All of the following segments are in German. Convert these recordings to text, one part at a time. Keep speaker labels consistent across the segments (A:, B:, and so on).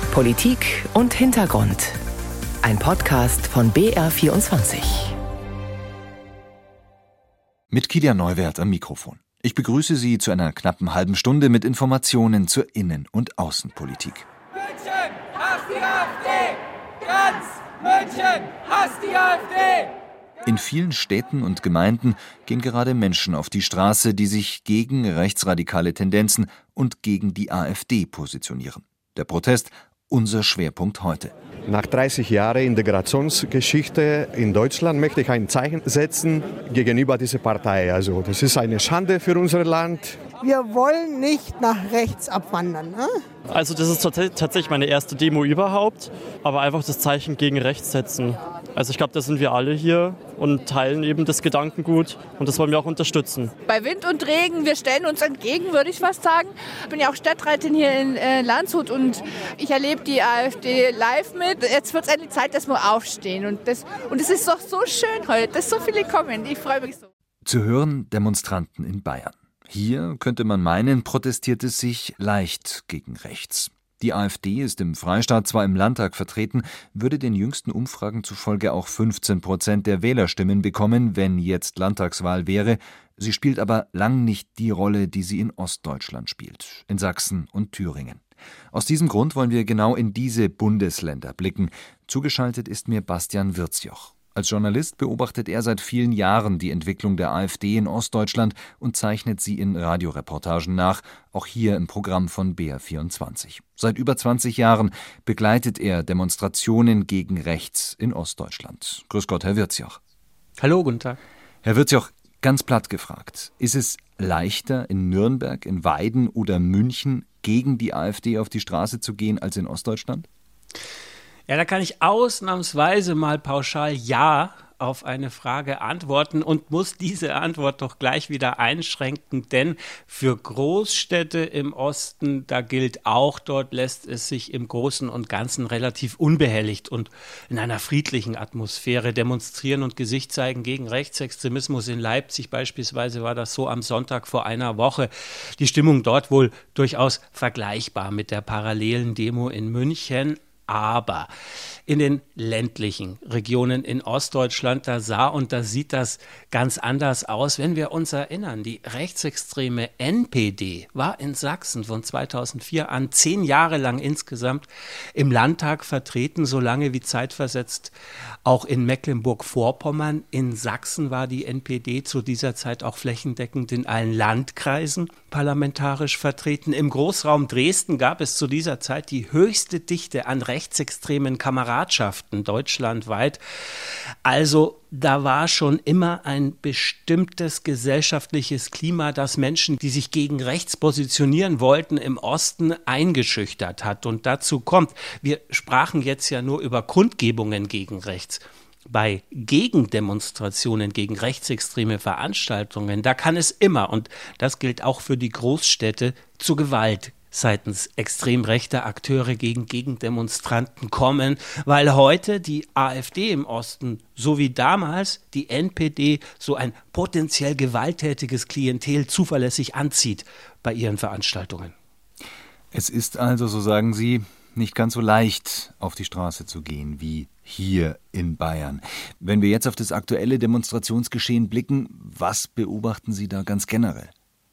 A: Politik und Hintergrund. Ein Podcast von BR24.
B: Mit Kilian Neuwert am Mikrofon. Ich begrüße Sie zu einer knappen halben Stunde mit Informationen zur Innen- und Außenpolitik.
C: München hasst die AfD! Ganz München hasst die AfD!
B: In vielen Städten und Gemeinden gehen gerade Menschen auf die Straße, die sich gegen rechtsradikale Tendenzen und gegen die AfD positionieren. Der Protest, unser Schwerpunkt heute.
D: Nach 30 Jahren Integrationsgeschichte in Deutschland möchte ich ein Zeichen setzen gegenüber dieser Partei. Also das ist eine Schande für unser Land.
E: Wir wollen nicht nach rechts abwandern. Ne?
F: Also das ist tatsächlich meine erste Demo überhaupt, aber einfach das Zeichen gegen rechts setzen. Also ich glaube, da sind wir alle hier und teilen eben das Gedankengut und das wollen wir auch unterstützen.
G: Bei Wind und Regen, wir stellen uns entgegen, würde ich fast sagen. Ich bin ja auch Stadträtin hier in Landshut und ich erlebe die AfD live mit. Jetzt wird es endlich Zeit, dass wir aufstehen und es ist doch so schön heute, dass so viele kommen. Ich freue mich so.
B: Zu hören Demonstranten in Bayern. Hier, könnte man meinen, protestiert es sich leicht gegen rechts. Die AfD ist im Freistaat zwar im Landtag vertreten, würde den jüngsten Umfragen zufolge auch 15% der Wählerstimmen bekommen, wenn jetzt Landtagswahl wäre. Sie spielt aber lang nicht die Rolle, die sie in Ostdeutschland spielt, in Sachsen und Thüringen. Aus diesem Grund wollen wir genau in diese Bundesländer blicken. Zugeschaltet ist mir Bastian Wirzjoch. Als Journalist beobachtet er seit vielen Jahren die Entwicklung der AfD in Ostdeutschland und zeichnet sie in Radioreportagen nach, auch hier im Programm von BR24. Seit über 20 Jahren begleitet er Demonstrationen gegen rechts in Ostdeutschland. Grüß Gott, Herr Wirzjoch.
H: Hallo, guten Tag.
B: Herr Wirzjoch, ganz platt gefragt, ist es leichter, in Nürnberg, in Weiden oder München gegen die AfD auf die Straße zu gehen als in Ostdeutschland?
H: Ja, da kann ich ausnahmsweise mal pauschal Ja auf eine Frage antworten und muss diese Antwort doch gleich wieder einschränken, denn für Großstädte im Osten, da gilt auch, dort lässt es sich im Großen und Ganzen relativ unbehelligt und in einer friedlichen Atmosphäre demonstrieren und Gesicht zeigen gegen Rechtsextremismus. In Leipzig beispielsweise war das so am Sonntag vor einer Woche. Die Stimmung dort wohl durchaus vergleichbar mit der parallelen Demo in München. Aber in den ländlichen Regionen in Ostdeutschland, da sieht das ganz anders aus. Wenn wir uns erinnern, die rechtsextreme NPD war in Sachsen von 2004 an 10 Jahre lang insgesamt im Landtag vertreten, so lange wie zeitversetzt auch in Mecklenburg-Vorpommern. In Sachsen war die NPD zu dieser Zeit auch flächendeckend in allen Landkreisen parlamentarisch vertreten. Im Großraum Dresden gab es zu dieser Zeit die höchste Dichte an rechtsextremen Kameradschaften deutschlandweit. Also da war schon immer ein bestimmtes gesellschaftliches Klima, das Menschen, die sich gegen rechts positionieren wollten, im Osten eingeschüchtert hat. Und dazu kommt, wir sprachen jetzt ja nur über Kundgebungen gegen rechts. Bei Gegendemonstrationen gegen rechtsextreme Veranstaltungen, da kann es immer, und das gilt auch für die Großstädte, zu Gewalt seitens extrem rechter Akteure gegen Gegendemonstranten kommen, weil heute die AfD im Osten, so wie damals die NPD, so ein potenziell gewalttätiges Klientel zuverlässig anzieht bei ihren Veranstaltungen.
B: Es ist also, so sagen Sie, nicht ganz so leicht, auf die Straße zu gehen wie hier in Bayern. Wenn wir jetzt auf das aktuelle Demonstrationsgeschehen blicken, was beobachten Sie da ganz generell?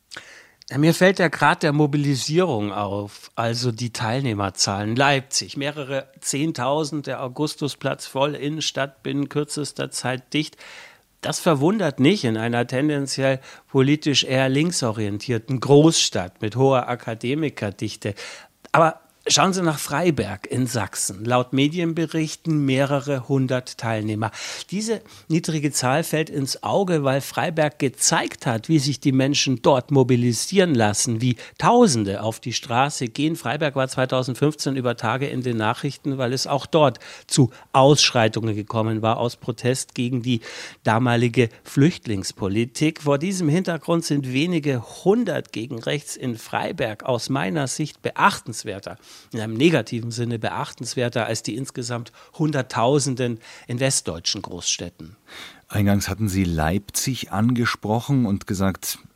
H: Mir fällt der Grad der Mobilisierung auf, also die Teilnehmerzahlen. Leipzig, mehrere 10.000, der Augustusplatz voll, Innenstadt binnen kürzester Zeit dicht. Das verwundert nicht in einer tendenziell politisch eher linksorientierten Großstadt mit hoher Akademikerdichte. Aber schauen Sie nach Freiberg in Sachsen. Laut Medienberichten mehrere 100 Teilnehmer. Diese niedrige Zahl fällt ins Auge, weil Freiberg gezeigt hat, wie sich die Menschen dort mobilisieren lassen, wie Tausende auf die Straße gehen. Freiberg war 2015 über Tage in den Nachrichten, weil es auch dort zu Ausschreitungen gekommen war aus Protest gegen die damalige Flüchtlingspolitik. Vor diesem Hintergrund sind wenige 100 gegen rechts in Freiberg aus meiner Sicht beachtenswerter. In einem negativen Sinne beachtenswerter als die insgesamt Hunderttausenden in westdeutschen Großstädten.
B: Eingangs hatten Sie Leipzig angesprochen und gesagt,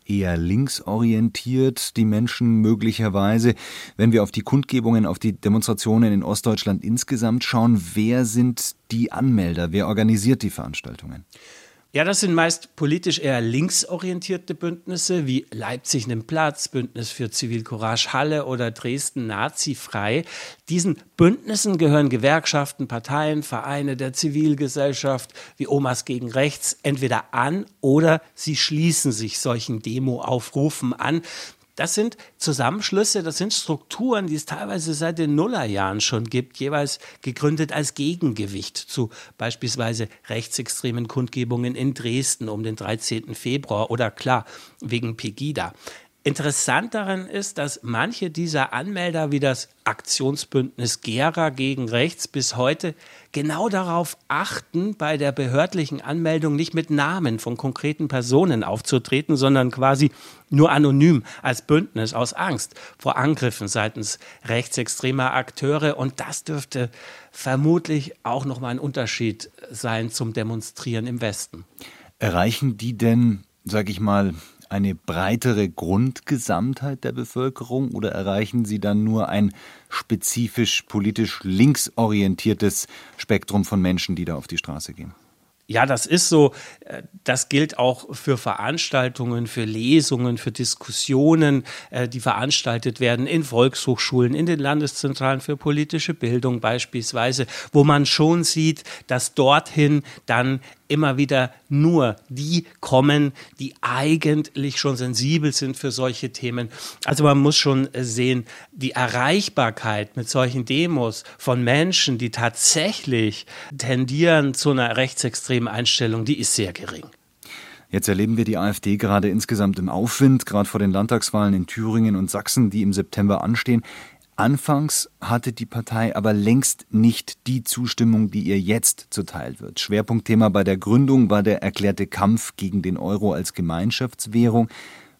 B: eher linksorientiert, die Menschen möglicherweise. Wenn wir auf die Kundgebungen, auf die Demonstrationen in Ostdeutschland insgesamt schauen, wer sind die Anmelder? Wer organisiert die Veranstaltungen?
H: Ja, das sind meist politisch eher linksorientierte Bündnisse wie Leipzig nimmt Platz, Bündnis für Zivilcourage Halle oder Dresden Nazifrei. Diesen Bündnissen gehören Gewerkschaften, Parteien, Vereine der Zivilgesellschaft wie Omas gegen Rechts entweder an oder sie schließen sich solchen Demo-Aufrufen an. Das sind Zusammenschlüsse, das sind Strukturen, die es teilweise seit den Nullerjahren schon gibt, jeweils gegründet als Gegengewicht zu beispielsweise rechtsextremen Kundgebungen in Dresden um den 13. Februar oder klar, wegen Pegida. Interessant daran ist, dass manche dieser Anmelder wie das Aktionsbündnis Gera gegen Rechts bis heute genau darauf achten, bei der behördlichen Anmeldung nicht mit Namen von konkreten Personen aufzutreten, sondern quasi nur anonym als Bündnis aus Angst vor Angriffen seitens rechtsextremer Akteure. Und das dürfte vermutlich auch nochmal ein Unterschied sein zum Demonstrieren im Westen.
B: Erreichen die denn, sag ich mal, eine breitere Grundgesamtheit der Bevölkerung oder erreichen Sie dann nur ein spezifisch politisch linksorientiertes Spektrum von Menschen, die da auf die Straße gehen?
H: Ja, das ist so. Das gilt auch für Veranstaltungen, für Lesungen, für Diskussionen, die veranstaltet werden in Volkshochschulen, in den Landeszentralen für politische Bildung beispielsweise, wo man schon sieht, dass dorthin dann immer wieder nur die kommen, die eigentlich schon sensibel sind für solche Themen. Also man muss schon sehen, die Erreichbarkeit mit solchen Demos von Menschen, die tatsächlich tendieren zu einer rechtsextremen Einstellung, die ist sehr gering.
B: Jetzt erleben wir die AfD gerade insgesamt im Aufwind, gerade vor den Landtagswahlen in Thüringen und Sachsen, die im September anstehen. Anfangs hatte die Partei aber längst nicht die Zustimmung, die ihr jetzt zuteil wird. Schwerpunktthema bei der Gründung war der erklärte Kampf gegen den Euro als Gemeinschaftswährung.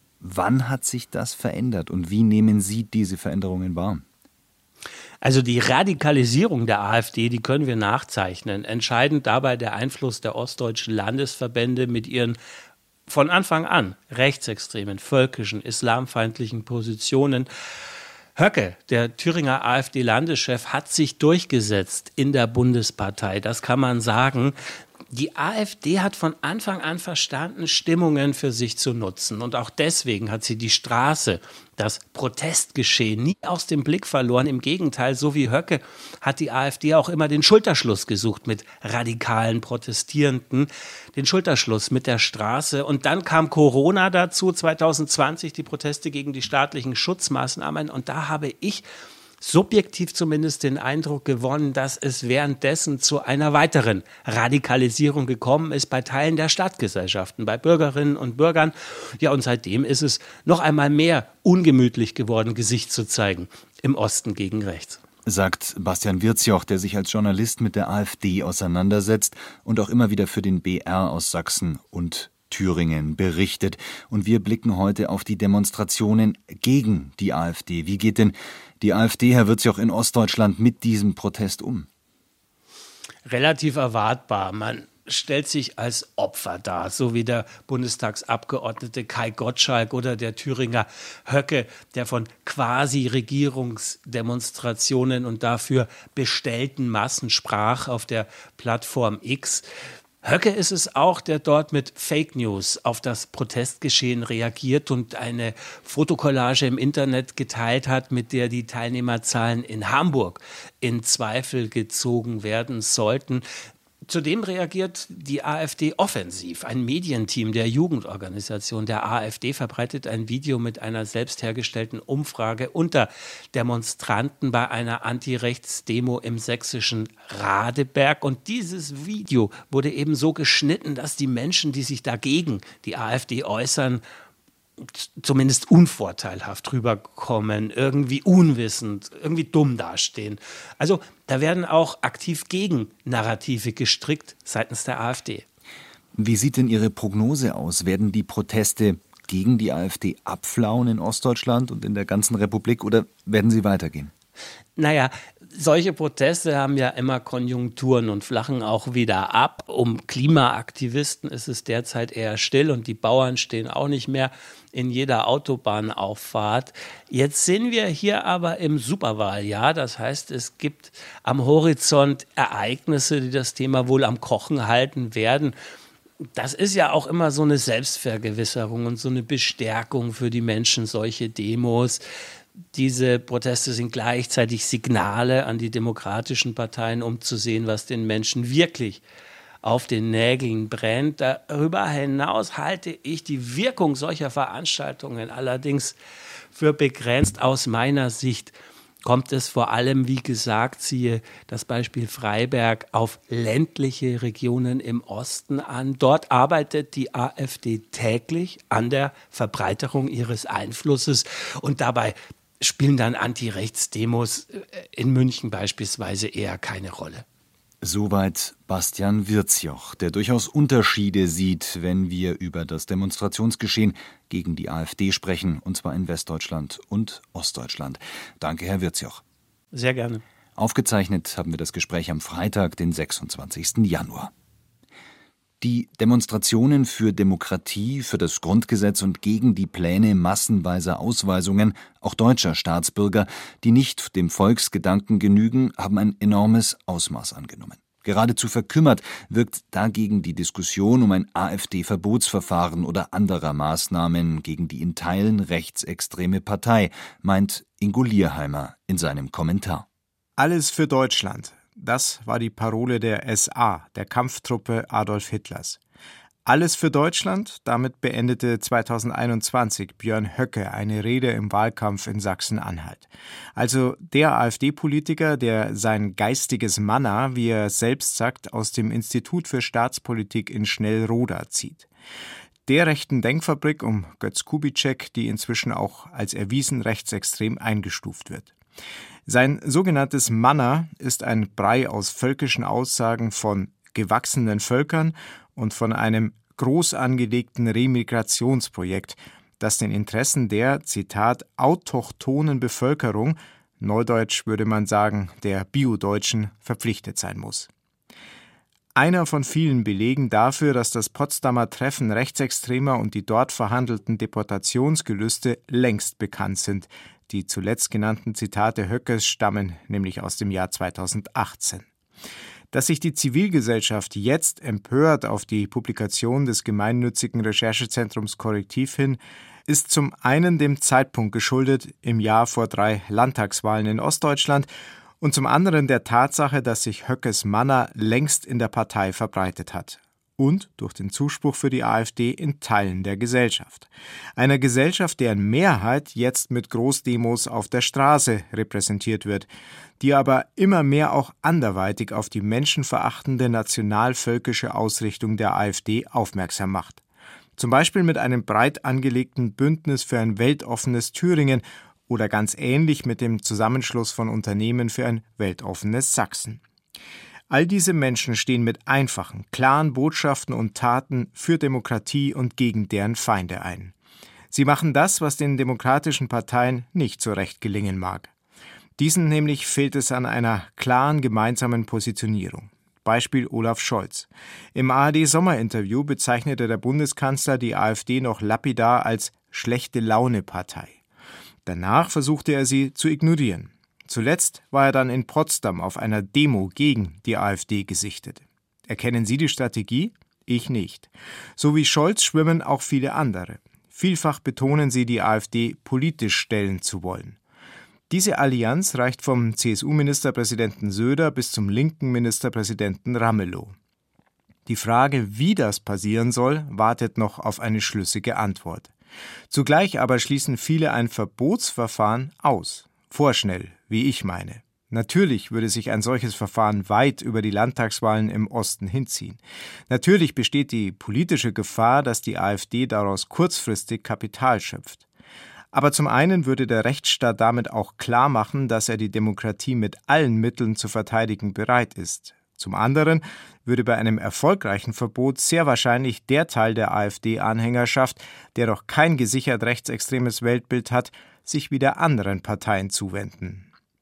B: Wann hat sich das verändert und wie nehmen Sie diese Veränderungen wahr?
H: Also die Radikalisierung der AfD, die können wir nachzeichnen. Entscheidend dabei der Einfluss der ostdeutschen Landesverbände mit ihren von Anfang an rechtsextremen, völkischen, islamfeindlichen Positionen. Höcke, der Thüringer AfD-Landeschef, hat sich durchgesetzt in der Bundespartei. Das kann man sagen. Die AfD hat von Anfang an verstanden, Stimmungen für sich zu nutzen. Und auch deswegen hat sie die Straße, das Protestgeschehen nie aus dem Blick verloren. Im Gegenteil, so wie Höcke hat die AfD auch immer den Schulterschluss gesucht mit radikalen Protestierenden, den Schulterschluss mit der Straße. Und dann kam Corona dazu, 2020, die Proteste gegen die staatlichen Schutzmaßnahmen. Und da habe ich subjektiv zumindest den Eindruck gewonnen, dass es währenddessen zu einer weiteren Radikalisierung gekommen ist bei Teilen der Stadtgesellschaften, bei Bürgerinnen und Bürgern. Ja, und seitdem ist es noch einmal mehr ungemütlich geworden, Gesicht zu zeigen im Osten gegen rechts.
B: Sagt Bastian Wirzjoch, der sich als Journalist mit der AfD auseinandersetzt und auch immer wieder für den BR aus Sachsen und Thüringen berichtet. Und wir blicken heute auf die Demonstrationen gegen die AfD. Wie geht denn die AfD, Herr Wirzjoch, in Ostdeutschland mit diesem Protest um?
H: Relativ erwartbar. Man stellt sich als Opfer dar, so wie der Bundestagsabgeordnete Kai Gottschalk oder der Thüringer Höcke, der von quasi Regierungsdemonstrationen und dafür bestellten Massen sprach auf der Plattform X. Höcke ist es auch, der dort mit Fake News auf das Protestgeschehen reagiert und eine Fotokollage im Internet geteilt hat, mit der die Teilnehmerzahlen in Hamburg in Zweifel gezogen werden sollten. Zudem reagiert die AfD offensiv. Ein Medienteam der Jugendorganisation der AfD verbreitet ein Video mit einer selbst hergestellten Umfrage unter Demonstranten bei einer Anti-Rechts-Demo im sächsischen Radeberg. Und dieses Video wurde eben so geschnitten, dass die Menschen, die sich dagegen die AfD äußern, zumindest unvorteilhaft rüberkommen, irgendwie unwissend, irgendwie dumm dastehen. Also da werden auch aktiv Gegennarrative gestrickt seitens der AfD.
B: Wie sieht denn Ihre Prognose aus? Werden die Proteste gegen die AfD abflauen in Ostdeutschland und in der ganzen Republik oder werden sie weitergehen?
H: Naja, solche Proteste haben ja immer Konjunkturen und flachen auch wieder ab. Um Klimaaktivisten ist es derzeit eher still und die Bauern stehen auch nicht mehr in jeder Autobahnauffahrt. Jetzt sind wir hier aber im Superwahljahr. Das heißt, es gibt am Horizont Ereignisse, die das Thema wohl am Kochen halten werden. Das ist ja auch immer so eine Selbstvergewisserung und so eine Bestärkung für die Menschen, solche Demos. Diese Proteste sind gleichzeitig Signale an die demokratischen Parteien, um zu sehen, was den Menschen wirklich auf den Nägeln brennt. Darüber hinaus halte ich die Wirkung solcher Veranstaltungen allerdings für begrenzt. Aus meiner Sicht kommt es vor allem, wie gesagt, siehe das Beispiel Freiberg, auf ländliche Regionen im Osten an. Dort arbeitet die AfD täglich an der Verbreiterung ihres Einflusses und dabei spielen dann Anti-Rechts-Demos in München beispielsweise eher keine Rolle.
B: Soweit Bastian Wirzjoch, der durchaus Unterschiede sieht, wenn wir über das Demonstrationsgeschehen gegen die AfD sprechen, und zwar in Westdeutschland und Ostdeutschland. Danke, Herr Wirzjoch.
H: Sehr gerne.
B: Aufgezeichnet haben wir das Gespräch am Freitag, den 26. Januar. Die Demonstrationen für Demokratie, für das Grundgesetz und gegen die Pläne massenweiser Ausweisungen, auch deutscher Staatsbürger, die nicht dem Volksgedanken genügen, haben ein enormes Ausmaß angenommen. Geradezu verkümmert wirkt dagegen die Diskussion um ein AfD-Verbotsverfahren oder anderer Maßnahmen gegen die in Teilen rechtsextreme Partei, meint Ingo Lierheimer in seinem Kommentar.
I: Alles für Deutschland. Das war die Parole der SA, der Kampftruppe Adolf Hitlers. Alles für Deutschland, damit beendete 2021 Björn Höcke eine Rede im Wahlkampf in Sachsen-Anhalt. Also der AfD-Politiker, der sein geistiges Manna, wie er selbst sagt, aus dem Institut für Staatspolitik in Schnellroda zieht. Der rechten Denkfabrik um Götz Kubitschek, die inzwischen auch als erwiesen rechtsextrem eingestuft wird. Sein sogenanntes Manna ist ein Brei aus völkischen Aussagen von gewachsenen Völkern und von einem groß angelegten Remigrationsprojekt, das den Interessen der, Zitat, autochthonen Bevölkerung, neudeutsch würde man sagen, der Bio-Deutschen, verpflichtet sein muss. Einer von vielen Belegen dafür, dass das Potsdamer Treffen Rechtsextremer und die dort verhandelten Deportationsgelüste längst bekannt sind. Die zuletzt genannten Zitate Höckes stammen nämlich aus dem Jahr 2018. Dass sich die Zivilgesellschaft jetzt empört auf die Publikation des gemeinnützigen Recherchezentrums Korrektiv hin, ist zum einen dem Zeitpunkt geschuldet, im Jahr vor 3 Landtagswahlen in Ostdeutschland, und zum anderen der Tatsache, dass sich Höckes Manna längst in der Partei verbreitet hat. Und durch den Zuspruch für die AfD in Teilen der Gesellschaft. Einer Gesellschaft, deren Mehrheit jetzt mit Großdemos auf der Straße repräsentiert wird, die aber immer mehr auch anderweitig auf die menschenverachtende nationalvölkische Ausrichtung der AfD aufmerksam macht. Zum Beispiel mit einem breit angelegten Bündnis für ein weltoffenes Thüringen oder ganz ähnlich mit dem Zusammenschluss von Unternehmen für ein weltoffenes Sachsen. All diese Menschen stehen mit einfachen, klaren Botschaften und Taten für Demokratie und gegen deren Feinde ein. Sie machen das, was den demokratischen Parteien nicht so recht gelingen mag. Diesen nämlich fehlt es an einer klaren gemeinsamen Positionierung. Beispiel Olaf Scholz. Im ARD-Sommerinterview bezeichnete der Bundeskanzler die AfD noch lapidar als Schlechte-Laune-Partei. Danach versuchte er sie zu ignorieren. Zuletzt war er dann in Potsdam auf einer Demo gegen die AfD gesichtet. Erkennen Sie die Strategie? Ich nicht. So wie Scholz schwimmen auch viele andere. Vielfach betonen sie, die AfD politisch stellen zu wollen. Diese Allianz reicht vom CSU-Ministerpräsidenten Söder bis zum linken Ministerpräsidenten Ramelow. Die Frage, wie das passieren soll, wartet noch auf eine schlüssige Antwort. Zugleich aber schließen viele ein Verbotsverfahren aus. Vorschnell, wie ich meine. Natürlich würde sich ein solches Verfahren weit über die Landtagswahlen im Osten hinziehen. Natürlich besteht die politische Gefahr, dass die AfD daraus kurzfristig Kapital schöpft. Aber zum einen würde der Rechtsstaat damit auch klar machen, dass er die Demokratie mit allen Mitteln zu verteidigen bereit ist. Zum anderen würde bei einem erfolgreichen Verbot sehr wahrscheinlich der Teil der AfD-Anhängerschaft, der noch kein gesichert rechtsextremes Weltbild hat, sich wieder anderen Parteien zuwenden.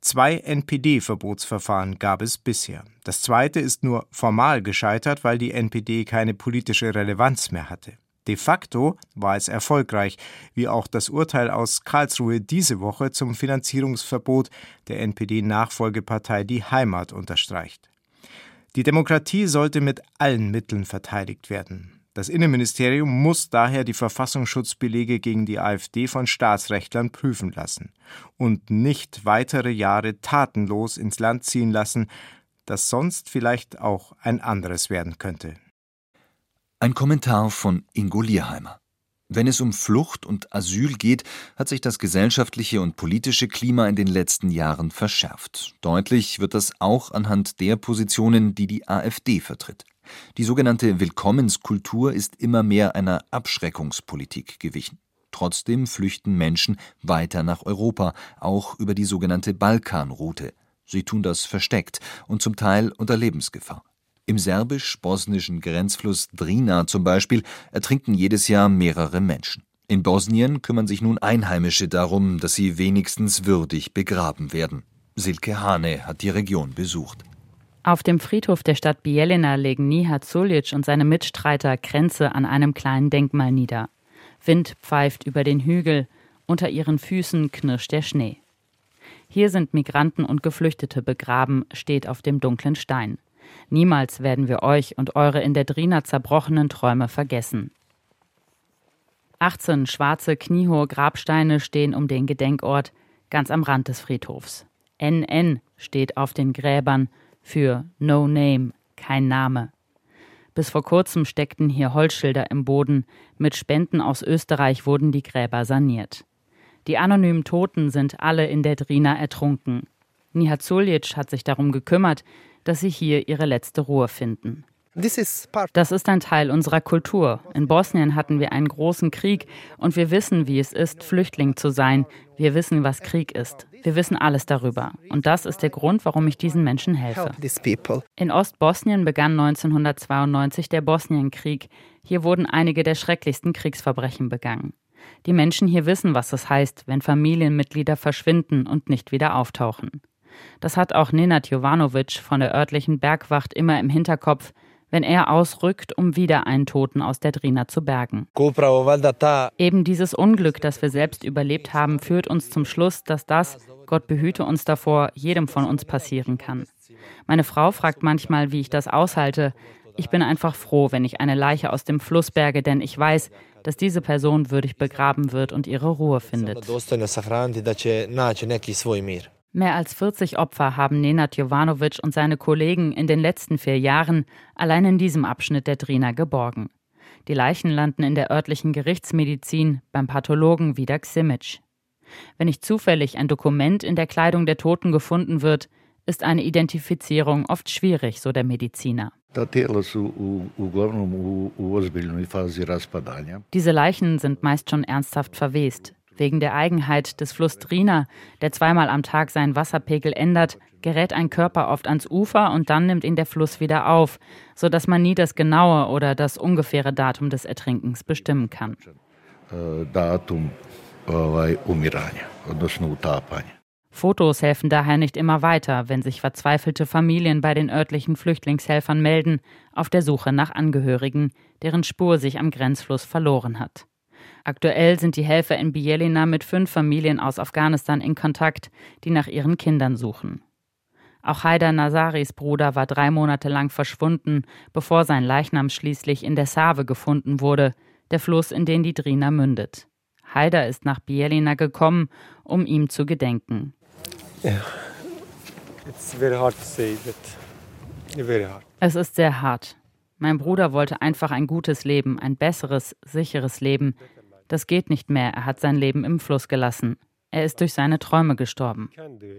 I: 2 NPD-Verbotsverfahren gab es bisher. Das zweite ist nur formal gescheitert, weil die NPD keine politische Relevanz mehr hatte. De facto war es erfolgreich, wie auch das Urteil aus Karlsruhe diese Woche zum Finanzierungsverbot der NPD-Nachfolgepartei Die Heimat unterstreicht. Die Demokratie sollte mit allen Mitteln verteidigt werden. Das Innenministerium muss daher die Verfassungsschutzbelege gegen die AfD von Staatsrechtlern prüfen lassen und nicht weitere Jahre tatenlos ins Land ziehen lassen, das sonst vielleicht auch ein anderes werden könnte.
B: Ein Kommentar von Ingo Lierheimer. Wenn es um Flucht und Asyl geht, hat sich das gesellschaftliche und politische Klima in den letzten Jahren verschärft. Deutlich wird das auch anhand der Positionen, die die AfD vertritt. Die sogenannte Willkommenskultur ist immer mehr einer Abschreckungspolitik gewichen. Trotzdem flüchten Menschen weiter nach Europa, auch über die sogenannte Balkanroute. Sie tun das versteckt und zum Teil unter Lebensgefahr. Im serbisch-bosnischen Grenzfluss Drina zum Beispiel ertrinken jedes Jahr mehrere Menschen. In Bosnien kümmern sich nun Einheimische darum, dass sie wenigstens würdig begraben werden. Silke Hane hat die Region besucht.
J: Auf dem Friedhof der Stadt Bijeljina legen Nihat Sulic und seine Mitstreiter Kränze an einem kleinen Denkmal nieder. Wind pfeift über den Hügel, unter ihren Füßen knirscht der Schnee. Hier sind Migranten und Geflüchtete begraben, steht auf dem dunklen Stein. Niemals werden wir euch und eure in der Drina zerbrochenen Träume vergessen. 18 schwarze, kniehohe Grabsteine stehen um den Gedenkort, ganz am Rand des Friedhofs. NN steht auf den Gräbern für No Name, kein Name. Bis vor kurzem steckten hier Holzschilder im Boden. Mit Spenden aus Österreich wurden die Gräber saniert. Die anonymen Toten sind alle in der Drina ertrunken. Nihat Sulic hat sich darum gekümmert, dass sie hier ihre letzte Ruhe finden. Das ist ein Teil unserer Kultur. In Bosnien hatten wir einen großen Krieg und wir wissen, wie es ist, Flüchtling zu sein. Wir wissen, was Krieg ist. Wir wissen alles darüber. Und das ist der Grund, warum ich diesen Menschen helfe. In Ostbosnien begann 1992 der Bosnienkrieg. Hier wurden einige der schrecklichsten Kriegsverbrechen begangen. Die Menschen hier wissen, was es heißt, wenn Familienmitglieder verschwinden und nicht wieder auftauchen. Das hat auch Nenad Jovanovic von der örtlichen Bergwacht immer im Hinterkopf, wenn er ausrückt, um wieder einen Toten aus der Drina zu bergen. Eben dieses Unglück, das wir selbst überlebt haben, führt uns zum Schluss, dass das, Gott behüte uns davor, jedem von uns passieren kann. Meine Frau fragt manchmal, wie ich das aushalte. Ich bin einfach froh, wenn ich eine Leiche aus dem Fluss berge, denn ich weiß, dass diese Person würdig begraben wird und ihre Ruhe findet. Mehr als 40 Opfer haben Nenad Jovanovic und seine Kollegen in den letzten 4 Jahren allein in diesem Abschnitt der Drina geborgen. Die Leichen landen in der örtlichen Gerichtsmedizin beim Pathologen Vidak Simic. Wenn nicht zufällig ein Dokument in der Kleidung der Toten gefunden wird, ist eine Identifizierung oft schwierig, so der Mediziner. Diese Leichen sind meist schon ernsthaft verwest. Wegen der Eigenheit des Fluss Drina, der 2-mal am Tag seinen Wasserpegel ändert, gerät ein Körper oft ans Ufer und dann nimmt ihn der Fluss wieder auf, sodass man nie das genaue oder das ungefähre Datum des Ertrinkens bestimmen kann. Fotos helfen daher nicht immer weiter, wenn sich verzweifelte Familien bei den örtlichen Flüchtlingshelfern melden, auf der Suche nach Angehörigen, deren Spur sich am Grenzfluss verloren hat. Aktuell sind die Helfer in Bijeljina mit 5 Familien aus Afghanistan in Kontakt, die nach ihren Kindern suchen. Auch Haidar Nazaris Bruder war 3 Monate lang verschwunden, bevor sein Leichnam schließlich in der Save gefunden wurde, der Fluss, in den die Drina mündet. Haidar ist nach Bijeljina gekommen, um ihm zu gedenken. Es ist sehr hart. Mein Bruder wollte einfach ein gutes Leben, ein besseres, sicheres Leben. Das geht nicht mehr, er hat sein Leben im Fluss gelassen. Er ist durch seine Träume gestorben.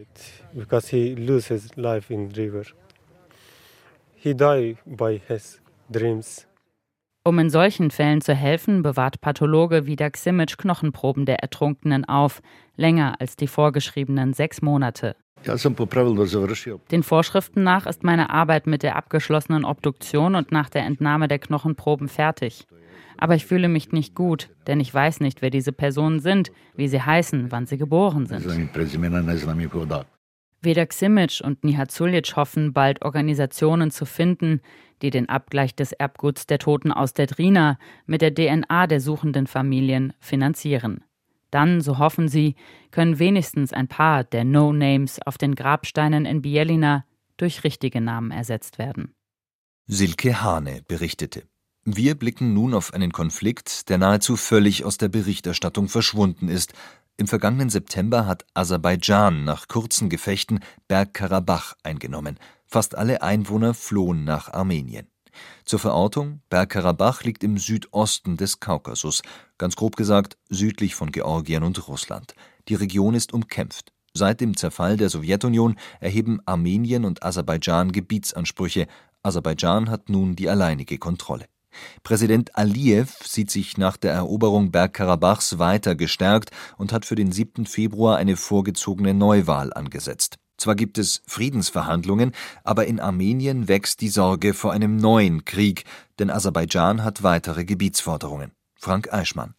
J: Um in solchen Fällen zu helfen, bewahrt Pathologe Vidak Simic Knochenproben der Ertrunkenen auf, länger als die vorgeschriebenen 6 Monate. Den Vorschriften nach ist meine Arbeit mit der abgeschlossenen Obduktion und nach der Entnahme der Knochenproben fertig. Aber ich fühle mich nicht gut, denn ich weiß nicht, wer diese Personen sind, wie sie heißen, wann sie geboren sind. Vedat Simic und Nihat Suljic hoffen, bald Organisationen zu finden, die den Abgleich des Erbguts der Toten aus der Drina mit der DNA der suchenden Familien finanzieren. Dann, so hoffen sie, können wenigstens ein paar der No-Names auf den Grabsteinen in Bijeljina durch richtige Namen ersetzt werden.
B: Silke Hane berichtete. Wir blicken nun auf einen Konflikt, der nahezu völlig aus der Berichterstattung verschwunden ist. Im vergangenen September hat Aserbaidschan nach kurzen Gefechten Bergkarabach eingenommen. Fast alle Einwohner flohen nach Armenien. Zur Verortung: Bergkarabach liegt im Südosten des Kaukasus, ganz grob gesagt südlich von Georgien und Russland. Die Region ist umkämpft. Seit dem Zerfall der Sowjetunion erheben Armenien und Aserbaidschan Gebietsansprüche. Aserbaidschan hat nun die alleinige Kontrolle. Präsident Alijew sieht sich nach der Eroberung Bergkarabachs weiter gestärkt und hat für den 7. Februar eine vorgezogene Neuwahl angesetzt. Zwar gibt es Friedensverhandlungen, aber in Armenien wächst die Sorge vor einem neuen Krieg, denn Aserbaidschan hat weitere Gebietsforderungen. Frank Eichmann.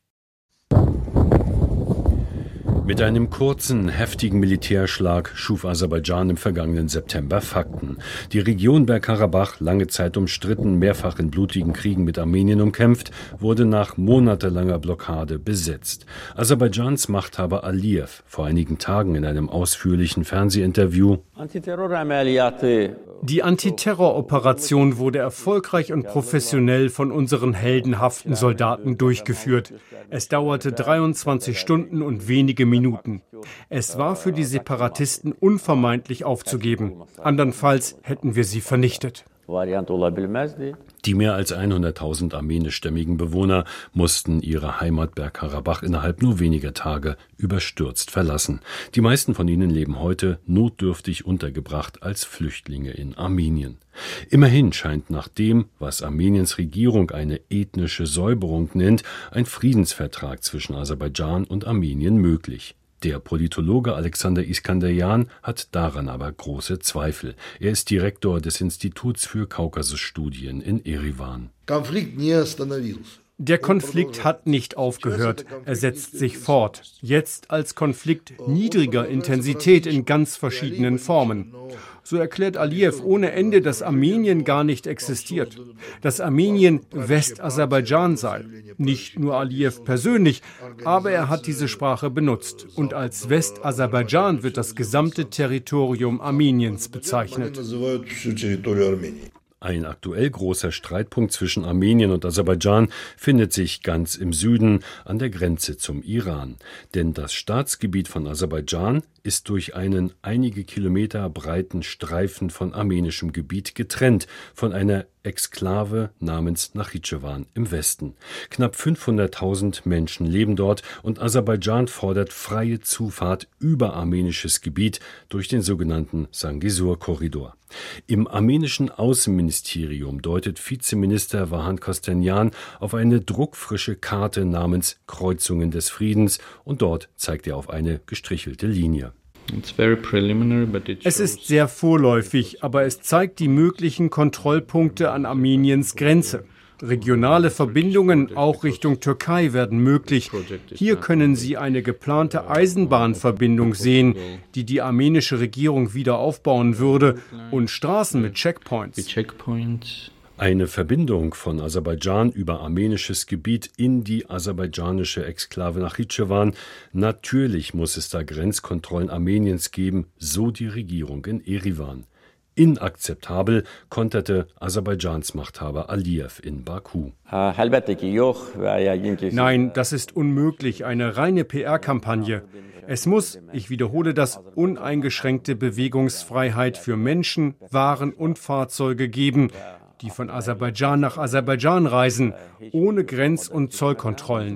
K: Mit einem kurzen, heftigen Militärschlag schuf Aserbaidschan im vergangenen September Fakten. Die Region Bergkarabach, lange Zeit umstritten, mehrfach in blutigen Kriegen mit Armenien umkämpft, wurde nach monatelanger Blockade besetzt. Aserbaidschans Machthaber Alijew vor einigen Tagen in einem ausführlichen Fernsehinterview:
L: Die Antiterroroperation wurde erfolgreich und professionell von unseren heldenhaften Soldaten durchgeführt. Es dauerte 23 Stunden und wenige Minuten. Es war für die Separatisten unvermeidlich aufzugeben. Andernfalls hätten wir sie vernichtet.
K: Die mehr als 100.000 armenischstämmigen Bewohner mussten ihre Heimat Bergkarabach innerhalb nur weniger Tage überstürzt verlassen. Die meisten von ihnen leben heute notdürftig untergebracht als Flüchtlinge in Armenien. Immerhin scheint nach dem, was Armeniens Regierung eine ethnische Säuberung nennt, ein Friedensvertrag zwischen Aserbaidschan und Armenien möglich. Der Politologe Alexander Iskandarjan hat daran aber große Zweifel. Er ist Direktor des Instituts für Kaukasusstudien in Erivan.
L: Der Konflikt hat nicht aufgehört. Er setzt sich fort. Jetzt als Konflikt niedriger Intensität in ganz verschiedenen Formen. So erklärt Alijew ohne Ende, dass Armenien gar nicht existiert. Dass Armenien Westaserbaidschan sei. Nicht nur Alijew persönlich, aber er hat diese Sprache benutzt. Und als Westaserbaidschan wird das gesamte Territorium Armeniens bezeichnet.
K: Ein aktuell großer Streitpunkt zwischen Armenien und Aserbaidschan findet sich ganz im Süden an der Grenze zum Iran. Denn das Staatsgebiet von Aserbaidschan ist durch einen einige Kilometer breiten Streifen von armenischem Gebiet getrennt von einer Exklave namens Nachitschewan im Westen. Knapp 500.000 Menschen leben dort und Aserbaidschan fordert freie Zufahrt über armenisches Gebiet durch den sogenannten Zangezur-Korridor. Im armenischen Außenministerium deutet Vizeminister Vahan Kostanyan auf eine druckfrische Karte namens Kreuzungen des Friedens und dort zeigt er auf eine gestrichelte Linie.
L: Es ist sehr vorläufig, aber es zeigt die möglichen Kontrollpunkte an Armeniens Grenze. Regionale Verbindungen auch Richtung Türkei werden möglich. Hier können Sie eine geplante Eisenbahnverbindung sehen, die die armenische Regierung wieder aufbauen würde, und Straßen mit Checkpoints.
K: Eine Verbindung von Aserbaidschan über armenisches Gebiet in die aserbaidschanische Exklave Nachitschewan. Natürlich muss es da Grenzkontrollen Armeniens geben, so die Regierung in Erivan. Inakzeptabel, konterte Aserbaidschans Machthaber Alijew in Baku.
L: Nein, das ist unmöglich, eine reine PR-Kampagne. Es muss, ich wiederhole das, uneingeschränkte Bewegungsfreiheit für Menschen, Waren und Fahrzeuge geben, die von Aserbaidschan nach Aserbaidschan reisen, ohne Grenz- und Zollkontrollen.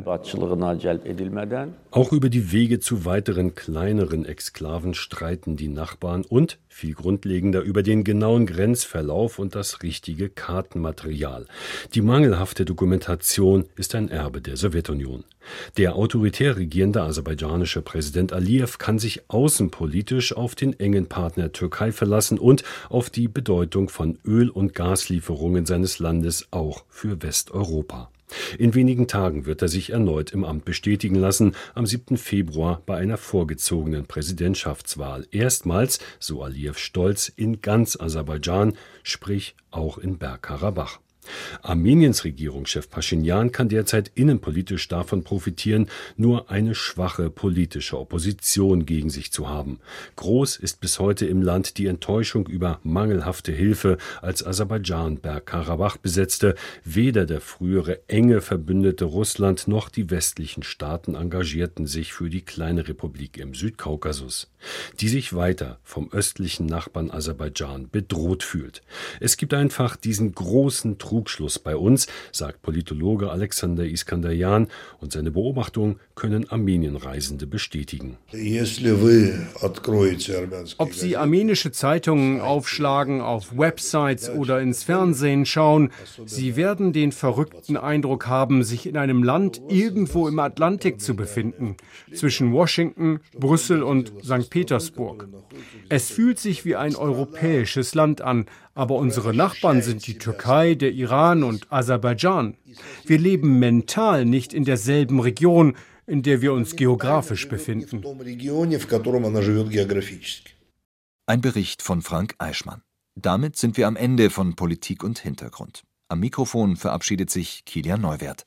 K: Auch über die Wege zu weiteren kleineren Exklaven streiten die Nachbarn und, viel grundlegender, über den genauen Grenzverlauf und das richtige Kartenmaterial. Die mangelhafte Dokumentation ist ein Erbe der Sowjetunion. Der autoritär regierende aserbaidschanische Präsident Alijew kann sich außenpolitisch auf den engen Partner Türkei verlassen und auf die Bedeutung von Öl- und Gaslieferungen seines Landes auch für Westeuropa. In wenigen Tagen wird er sich erneut im Amt bestätigen lassen, am 7. Februar bei einer vorgezogenen Präsidentschaftswahl. Erstmals, so Alijew stolz, in ganz Aserbaidschan, sprich auch in Bergkarabach. Armeniens Regierungschef Paschinjan kann derzeit innenpolitisch davon profitieren, nur eine schwache politische Opposition gegen sich zu haben. Groß ist bis heute im Land die Enttäuschung über mangelhafte Hilfe, als Aserbaidschan Bergkarabach besetzte. Weder der frühere enge Verbündete Russland noch die westlichen Staaten engagierten sich für die kleine Republik im Südkaukasus, die sich weiter vom östlichen Nachbarn Aserbaidschan bedroht fühlt. Es gibt einfach diesen großen Trugschluss bei uns, sagt Politologe Alexander Iskandarjan, und seine Beobachtungen können Armenienreisende bestätigen.
L: Ob Sie armenische Zeitungen aufschlagen, auf Websites oder ins Fernsehen schauen, Sie werden den verrückten Eindruck haben, sich in einem Land irgendwo im Atlantik zu befinden, zwischen Washington, Brüssel und St. Petersburg. Es fühlt sich wie ein europäisches Land an, aber unsere Nachbarn sind die Türkei, der Iran und Aserbaidschan. Wir leben mental nicht in derselben Region, in der wir uns geografisch befinden.
B: Ein Bericht von Frank Eichmann. Damit sind wir am Ende von Politik und Hintergrund. Am Mikrofon verabschiedet sich Kilian Neuwirth.